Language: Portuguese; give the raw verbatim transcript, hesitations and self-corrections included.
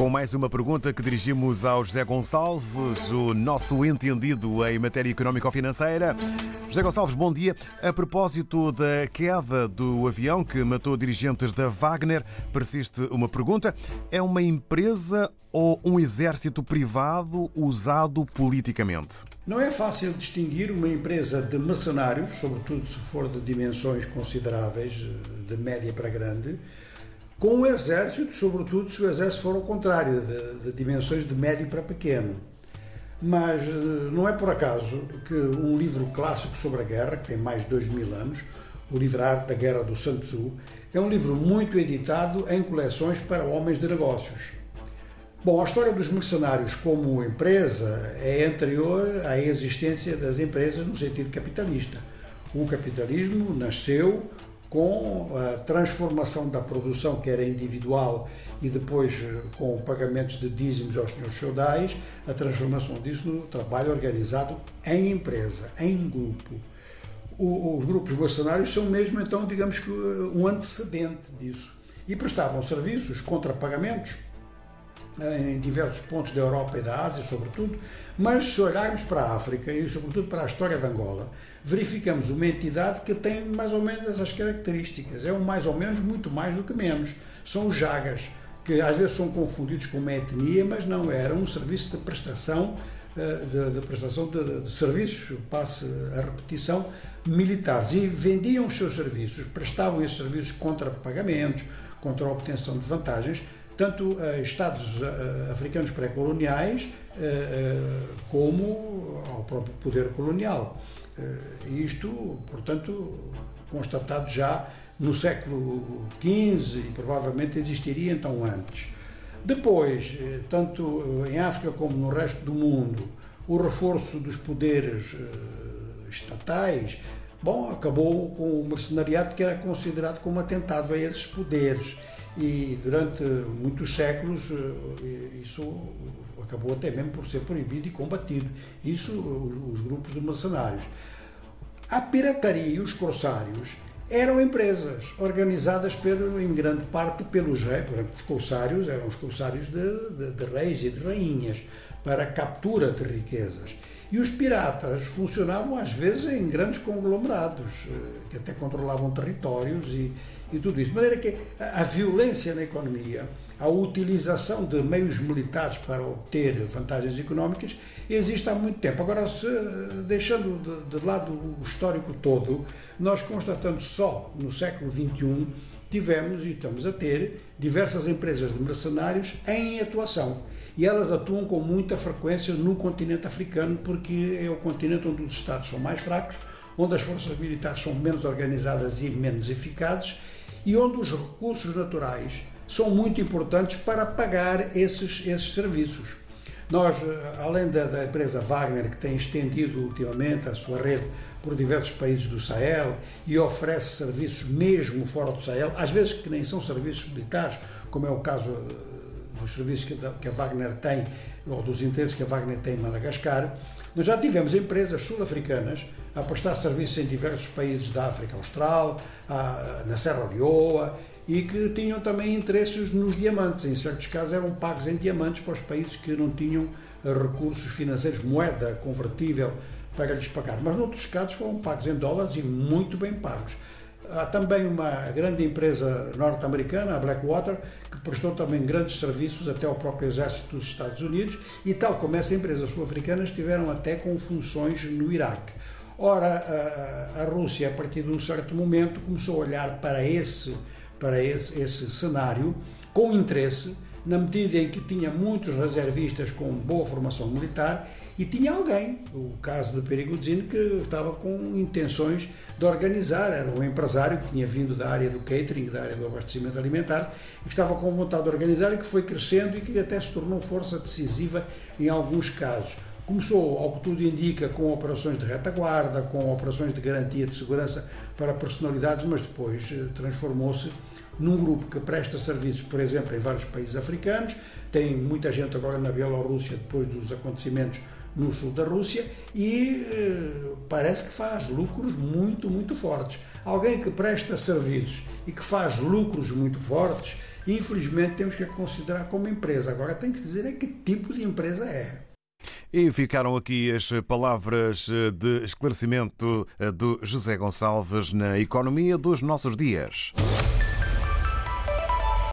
Com mais uma pergunta que dirigimos ao José Gonçalves, o nosso entendido em matéria económico-financeira. José Gonçalves, bom dia. A propósito da queda do avião que matou dirigentes da Wagner, persiste uma pergunta. É uma empresa ou um exército privado usado politicamente? Não é fácil distinguir uma empresa de mercenários, sobretudo se for de dimensões consideráveis, de média para grande, com o exército, sobretudo se o exército for ao contrário, de, de dimensões de médio para pequeno. Mas não é por acaso que um livro clássico sobre a guerra, que tem mais de dois mil anos, o livro A Arte da Guerra do Sun Tzu, é um livro muito editado em coleções para homens de negócios. Bom, a história dos mercenários como empresa é anterior à existência das empresas no sentido capitalista. O capitalismo nasceu com a transformação da produção, que era individual, e depois com pagamentos de dízimos aos senhores feudais, a transformação disso no trabalho organizado em empresa, em grupo. O, os grupos mercenários são mesmo, então, digamos que um antecedente disso. E prestavam serviços contra pagamentos em diversos pontos da Europa e da Ásia, sobretudo, mas se olharmos para a África e sobretudo para a história de Angola, verificamos uma entidade que tem mais ou menos essas características. É um mais ou menos, muito mais do que menos. São os jagas, que às vezes são confundidos com uma etnia, mas não, era um serviço de prestação de, de prestação de, de serviços, passe a repetição, militares, e vendiam os seus serviços, prestavam esses serviços contra pagamentos, contra a obtenção de vantagens, tanto a Estados africanos pré-coloniais como ao próprio poder colonial. Isto, portanto, constatado já no século quinze e provavelmente existiria então antes. Depois, tanto em África como no resto do mundo, o reforço dos poderes estatais, bom, acabou com o mercenariado, que era considerado como atentado a esses poderes. E durante muitos séculos isso acabou até mesmo por ser proibido e combatido. Isso, os grupos de mercenários. A pirataria e os corsários eram empresas organizadas pelo, em grande parte pelos reis. Por exemplo, os corsários eram os corsários de, de, de reis e de rainhas para a captura de riquezas. E os piratas funcionavam às vezes em grandes conglomerados, que até controlavam territórios e, e tudo isso. De maneira que a, a violência na economia, a utilização de meios militares para obter vantagens económicas, existe há muito tempo. Agora, se, deixando de, de lado o histórico todo, nós constatamos só no século vinte e um tivemos e estamos a ter diversas empresas de mercenários em atuação. E elas atuam com muita frequência no continente africano, porque é o continente onde os Estados são mais fracos, onde as forças militares são menos organizadas e menos eficazes, e onde os recursos naturais são muito importantes para pagar esses, esses serviços. Nós, além da, da empresa Wagner, que tem estendido ultimamente a sua rede por diversos países do Sahel e oferece serviços mesmo fora do Sahel, às vezes que nem são serviços militares, como é o caso dos serviços que a Wagner tem, ou dos interesses que a Wagner tem em Madagascar. Nós já tivemos empresas sul-africanas a prestar serviços em diversos países da África Austral, na Serra Leoa, e que tinham também interesses nos diamantes. Em certos casos eram pagos em diamantes para os países que não tinham recursos financeiros, moeda convertível para lhes pagar. Mas noutros casos foram pagos em dólares e muito bem pagos. Há também uma grande empresa norte-americana, a Blackwater, que prestou também grandes serviços até ao próprio exército dos Estados Unidos, e tal como essa empresa sul-africana, estiveram até com funções no Iraque. Ora, a, a Rússia, a partir de um certo momento, começou a olhar para esse, para esse, esse cenário com interesse, na medida em que tinha muitos reservistas com boa formação militar e tinha alguém, o caso de Periguzino, que estava com intenções de organizar, era um empresário que tinha vindo da área do catering, da área do abastecimento alimentar, e que estava com vontade de organizar e que foi crescendo e que até se tornou força decisiva em alguns casos. Começou, ao que tudo indica, com operações de retaguarda, com operações de garantia de segurança para personalidades, mas depois transformou-se num grupo que presta serviços, por exemplo, em vários países africanos. Tem muita gente agora na Bielorrússia, depois dos acontecimentos no sul da Rússia, e eh, parece que faz lucros muito, muito fortes. Alguém que presta serviços e que faz lucros muito fortes infelizmente temos que a considerar como empresa. Agora tem que dizer é que tipo de empresa é. E ficaram aqui as palavras de esclarecimento do José Gonçalves na economia dos nossos dias.